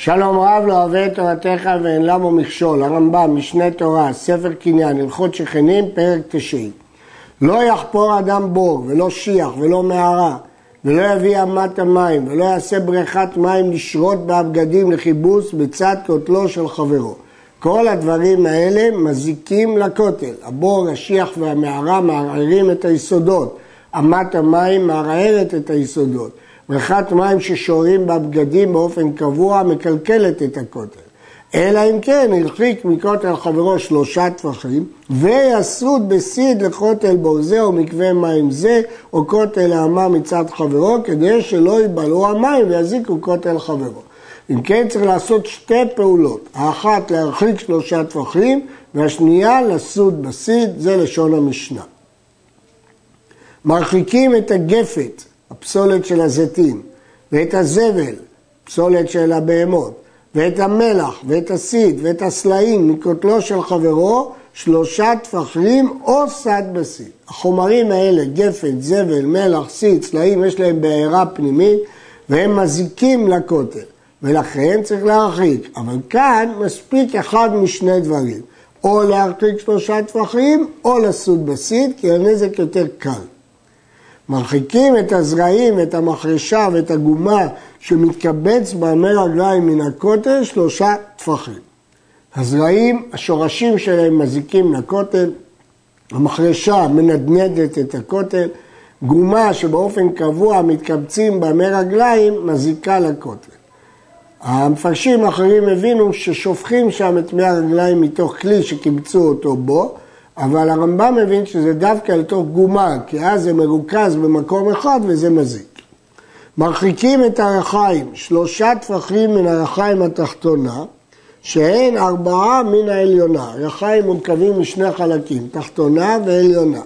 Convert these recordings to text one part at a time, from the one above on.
שלום רב לא אוהב את תורתך ואין למו מכשול. הרמב"ם, משנה תורה, ספר קניין, הלכות שכנים, פרק 90. לא יחפור אדם בור ולא שיח ולא מערה ולא יביא אמת המים ולא יעשה בריכת מים לשרות בהבגדים לכיבוס בצד כותלו של חברו. כל הדברים האלה מזיקים לכותל. הבור, השיח והמערה מערערים את היסודות. אמת המים מערערת את היסודות. בריכת מים ששורים בבגדים באופן קבוע מקלקלת את הכותל. אלא אם כן הרחיק מכותל חברו 3 טפחים ויסוד בסיד לכותל בור זה או מקווה מים זה או כותל האמה מצד חברו כדי שלא ייבלעו המים ויזיקו כותל חברו. אם כן צריך לעשות 2 פעולות. האחת להרחיק 3 טפחים והשנייה לסוד בסיד, זה לשון המשנה. מרחיקים את הגפת, הפסולת של הזיתים, ואת הזבל, פסולת של הבהמות, ואת המלח, ואת הסיד, ואת הסלעים מכותלו של חברו, 3 טפחים או סד בסיד. החומרים האלה, גפת, זבל, מלח, סיד, סלעים, יש להם בעירה פנימית, והם מזיקים לכותל, ולכן צריך להרחיק. אבל כאן מספיק אחד משני דברים, או להרחיק 3 טפחים, או לסוד בסיד, כי הנזק יותר קל. מרחיקים את הזרעים ואת המחרשה ואת הגומה שמתקבץ בעמי רגליים מן הכותל 3 טפחים. הזרעים, השורשים שלהם מזיקים לכותל, המחרשה מנדנדת את הכותל, גומה שבאופן קבוע מתקבצים בעמי רגליים מזיקה לכותל. המפרשים האחרים הבינו ששופכים שם את מי הרגליים מתוך כלי שקיבצו אותו בו, אבל הרמב"ם מבין שזה דווקא לתוך גומה, כי אז זה מרוכז במקום אחד וזה מזיק. מרחיקים את הרחיים, 3 טפחים מן הרחיים התחתונה, שהן 4 מן העליונה. הרחיים מורכבים משני חלקים, תחתונה ועליונה.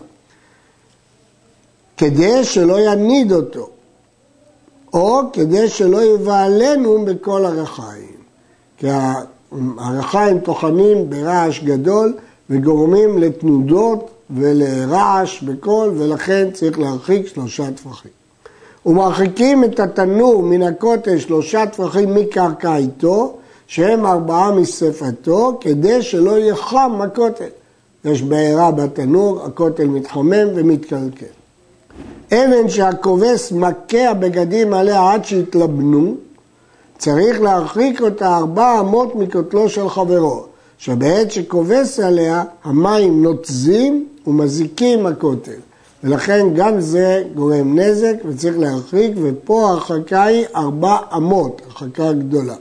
כדי שלא יניד אותו, או כדי שלא יבעלנו בכל הרחיים. כי הרחיים טוחנים ברעש גדול, וגורמים לתנודות ולרעש בכל, ולכן צריך להרחיק 3 טפחים. ומרחיקים את התנור מן הכותל 3 טפחים מקרקע איתו, שהם 4 משפתו, כדי שלא יהיה חם הכותל. יש בעירה בתנור, הכותל מתחמם ומתקלקל. אבן שהכובס מכה הבגדים עליה עד שהתלבנו, צריך להרחיק אותה 4 אמות מכותלו של חברו. שבעת שכובס עליה המים נוצזים ומזיקים הכותל. ולכן גם זה גורם נזק וצריך להרחיק, ופה ההרחקה היא 4 אמות, הרחקה גדולה.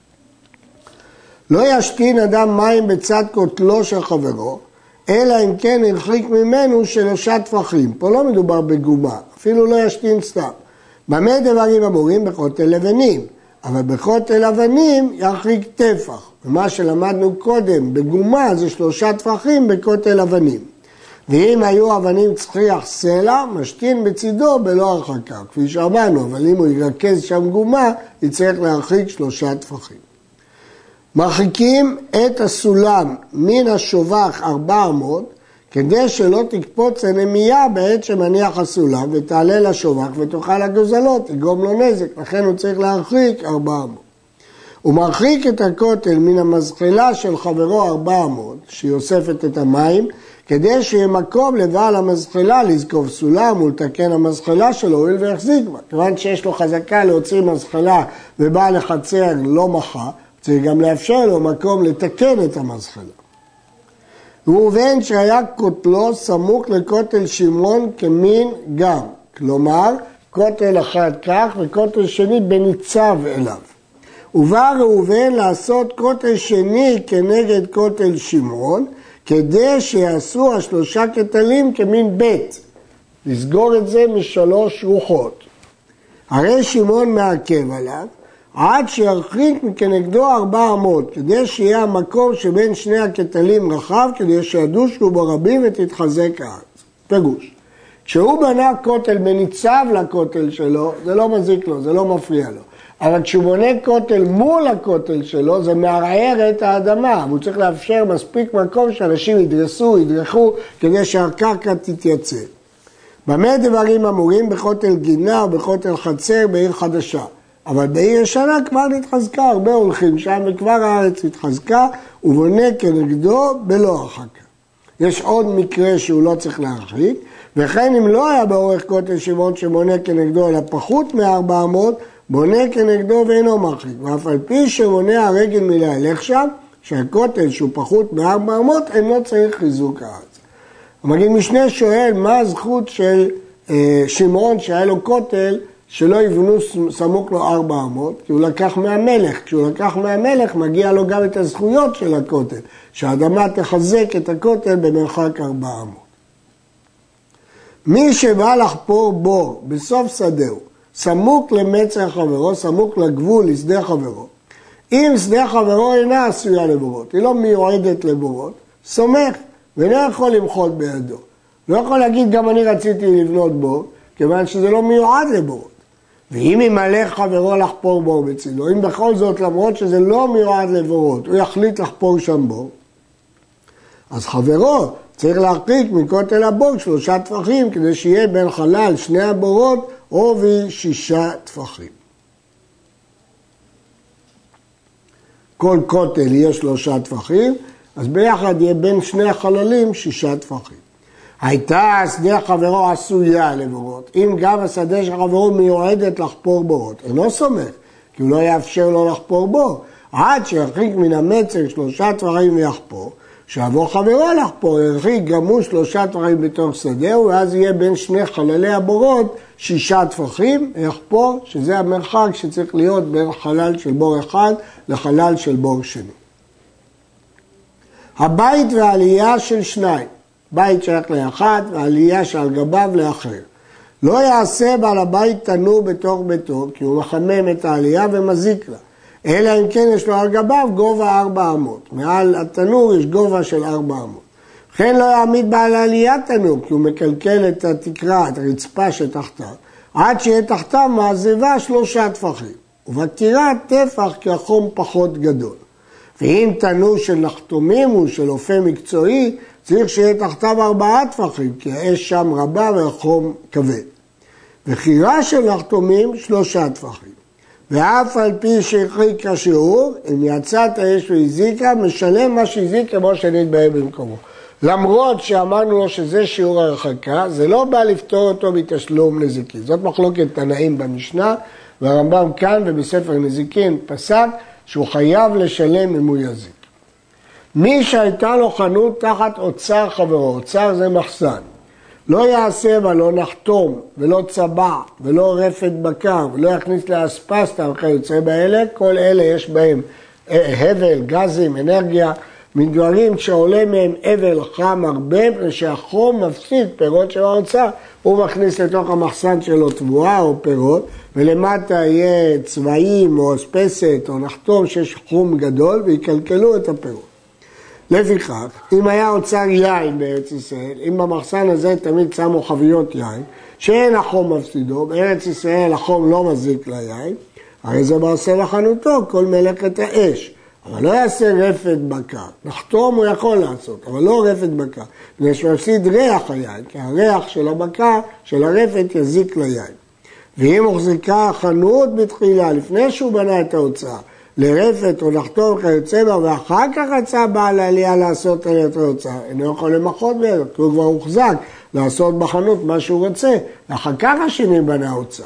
לא ישתין אדם מים בצד כותלו של חברו, אלא אם כן הרחיק ממנו 3 טפחים. פה לא מדובר בגומה, אפילו לא ישתין סתם. במה דברים אמורים? בכותל לבנים. אבל בכותל אבנים ירחיק טפח. ומה שלמדנו קודם, בגומה זה 3 טפחים בכותל אבנים. ואם היו אבנים צחיח סלע, משתין בצידו בלא הרחקה. כפי שאמרנו, אבל אם הוא ירכז שם גומה, יצטרך להרחיק 3 טפחים. מרחיקים את הסולם מן השובח 400, כדי שלא תקפוץ הנמייה בעת שמניח הסולם, ותעלה לשובח ותאכל הגוזלות, יגרום לו נזק, לכן הוא צריך להרחיק 400. הוא מרחיק את הכותל מן המזחלה של חברו 400, שהיא אוספת את המים, כדי שיהיה מקום לבעל המזחלה לזקוף סולם ולתקן המזחלה שלו, הואיל ויחזיק בה. כיוון שיש לו חזקה להוציא מזחלה ובעל החצר לא מחה, צריך גם לאפשר לו מקום לתקן את המזחלה. ראובן שהיה כותלו סמוך לכותל שמעון כמין גם, כלומר כותל אחד כך וכותל שני בניצב אליו. ובא ראובן לעשות כותל שני כנגד כותל שמעון, כדי שיעשו 3 כתלים כמין בית, לסגור את זה מ3 רוחות. הרי שמעון מעכב עליו, עד שירחיק כנגדו 400, כדי שיהיה המקום שבין שני הכתלים רחב, כדי שידושו בו רבים ותתחזק הארץ. פירוש. כשהוא בנה כותל בניצב לכותל שלו, זה לא מזיק לו, זה לא מפריע לו. אבל כשהוא בונה כותל מול הכותל שלו, זה מערער את האדמה. הוא צריך לאפשר מספיק מקום שאנשים ידרכו, כדי שהקרקע תתייצב. במה דברים אמורים? בכותל גינה או בכותל חצר בעיר חדשה. אבל בעיר ישנה כבר נתחזקה, הרבה הולכים שם וכבר הארץ התחזקה, ובונה כנגדו בלא הרחקה. יש עוד מקרה שהוא לא צריך להרחיק, וכן אם לא היה באורך כותל שמעון שבונה כנגדו אלא פחות מ-400, בונה כנגדו ואינו מרחיק. ואף על פי שמונע הרגל מלהלך שם, שהכותל שהוא פחות מ-400 אינו צריך חיזוק הארץ. המגיד משנה שואל מה הזכות של שמעון שהיה לו כותל שלא יבנו סמוך לו 400, כי הוא לקח מהמלך. כשהוא לקח מהמלך מגיע לו גם את הזכויות של הכותל, שהאדמה תחזק את הכותל במרחק 400. מי שבא לחפור בור בסוף שדהו, סמוך למצר חברו, סמוך לגבול לשדה חברו, אם שדה חברו אינה עשויה לבורות, היא לא מיועדת לבורות, סומך ולא יכול למחות בידו. לא יכול להגיד גם אני רציתי לבנות בור, כיוון שזה לא מיועד לבורות. ואם ימלא חברו לחפור בור בצילו, אם בכל זאת למרות שזה לא מיועד לבורות, הוא יחליט לחפור שם בור, אז חברו צריך להרחיק מכותל הבור 3 טפחים, כדי שיהיה בין חלל שני הבורות עובי 6 טפחים. כל כותל יהיה 3 טפחים, אז ביחד יהיה בין שני החללים 6 טפחים. הייתה שדה חברו עשויה לבורות, אם גם השדה של חברו מיועדת לחפור בורות, אינו סומך, כי הוא לא יאפשר לו לחפור בור, עד שירחיק מן המצר 3 טפחים ויחפור, שיבוא חברו לחפור, ירחיק גם הוא 3 טפחים בתוך שדהו, ואז יהיה בין שני חללי הבורות 6 טפחים, יחפור, שזה המרחק שצריך להיות בין חלל של בור אחד לחלל של בור שני. הבית והעלייה של 2, בית שייך לאחד והעלייה שעל גביו לאחר. לא יעשה בעל הבית תנור בתוך ביתו, כי הוא מחמם את העלייה ומזיק לה. אלא אם כן יש לו על גביו גובה 400. מעל התנור יש גובה של 400. לכן לא יעמיד בעל העלייה תנור, כי הוא מקלקל את התקרה, את הרצפה שתחתיו, עד שיהיה תחתיו מעזבה 3 טפחים. ובטירה טפח כי החום פחות גדול. ואם תנור של נחתומים הוא של אופה מקצועי, צריך שיהיה תחתיו 4 טפחים, כי האש שם רבה והחום כבד. וחירה של נחתומים 3 טפחים. ואף על פי שהרחיק השיעור, אם יצאת האש והזיקה, משלם מה שהזיק כמו שנתבהה במקומו. למרות שאמרנו לו שזה שיעור הרחקה, זה לא בא לפתור אותו מתשלום נזיקין. זאת מחלוקת תנאים במשנה, והרמב"ם כאן ובספר נזיקין פסק שהוא חייב לשלם אם הוא יזיק. מי שהייתה לו חנות תחת אוצר חברו, אוצר זה מחסן, לא יעשה בה לא נחתום ולא צבע ולא רפת בקר ולא יכניס לאספסטה וכיוצא באלה, כל אלה יש בהם הבל, גזים, אנרגיה, מדברים שעולה מהם אבל חם הרבה, ושהחום מפסיד פירות של האוצר, הוא מכניס לתוך המחסן שלו תבואה או פירות, ולמטה יהיה צבעים או אספסת או נחתום שיש חום גדול ויקלקלו את הפירות. לפיכך, אם היה אוצר יין בארץ ישראל, אם במחסן הזה תמיד שמו חביות יין, שאין החום מפסידו, בארץ ישראל החום לא מזיק ליין, הרי זה מעשה לחנותו, כל מלאכת האש. אבל לא יעשה רפת בקר. נחתום הוא יכול לעשות, אבל לא רפת בקר. יש מפסיד ריח היין, כי הריח של הבקר, של הרפת, יזיק ליין. ואם הוחזיקה החנות בתחילה, לפני שהוא בנה את ההוצאה, לרפת או לחתום כיוצא בה, ואחר כך רצה בעל העלייה לעשות את ההוצאה, אינו יכול למחות בידו, כי הוא כבר הוחזק לעשות בחנות מה שהוא רוצה, ואחר כך השני בנה ההוצאה.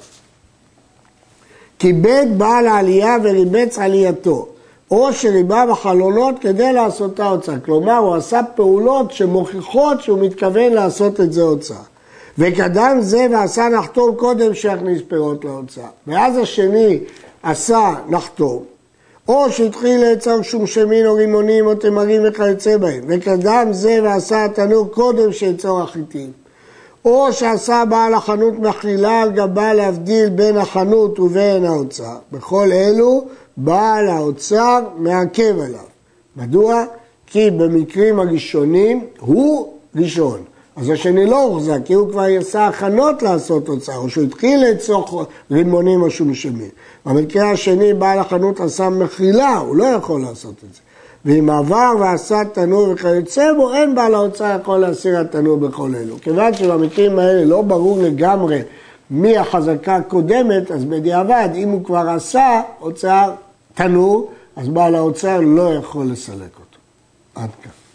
כיבד בעל העלייה וריבץ עלייתו, או שריבה בחלונות כדי לעשות את ההוצאה. כלומר, הוא עשה פעולות שמוכיחות שהוא מתכוון לעשות את זה הוצאה. וקדם זה ועשה נחתום קודם שיכניס פירות להוצאה. ואז השני עשה נחתום, או שהתחיל ליצור שומשמין או רימונים או תמרים וכיוצא בהם. וקדם זה ועשה התנור קודם שיצור החיטים. או שעשה בעל החנות מכלילה על גבה להבדיל בין החנות ובין ההוצאה. בכל אלו, בעל האוצר מעכב עליו. מדוע? כי במקרים הראשונים הוא ראשון. אז השני לא הוחזק, כי הוא כבר יעשה הכנות לעשות הוצאה, או שהוא התחיל ליצור רימונים או שומשמים. במקרה השני בעל החנות עשה מכלילה, הוא לא יכול לעשות את זה. ואם עבר ועשה תנור וכיוצא בו, אין בעל האוצר יכול להסיר התנור בכל אלו. כיוון שבמקרים האלה לא ברור לגמרי מהחזקה הקודמת, אז בדיעבד, אם הוא כבר עשה אוצר תנור, אז בעל האוצר לא יכול לסלק אותו. עד כאן.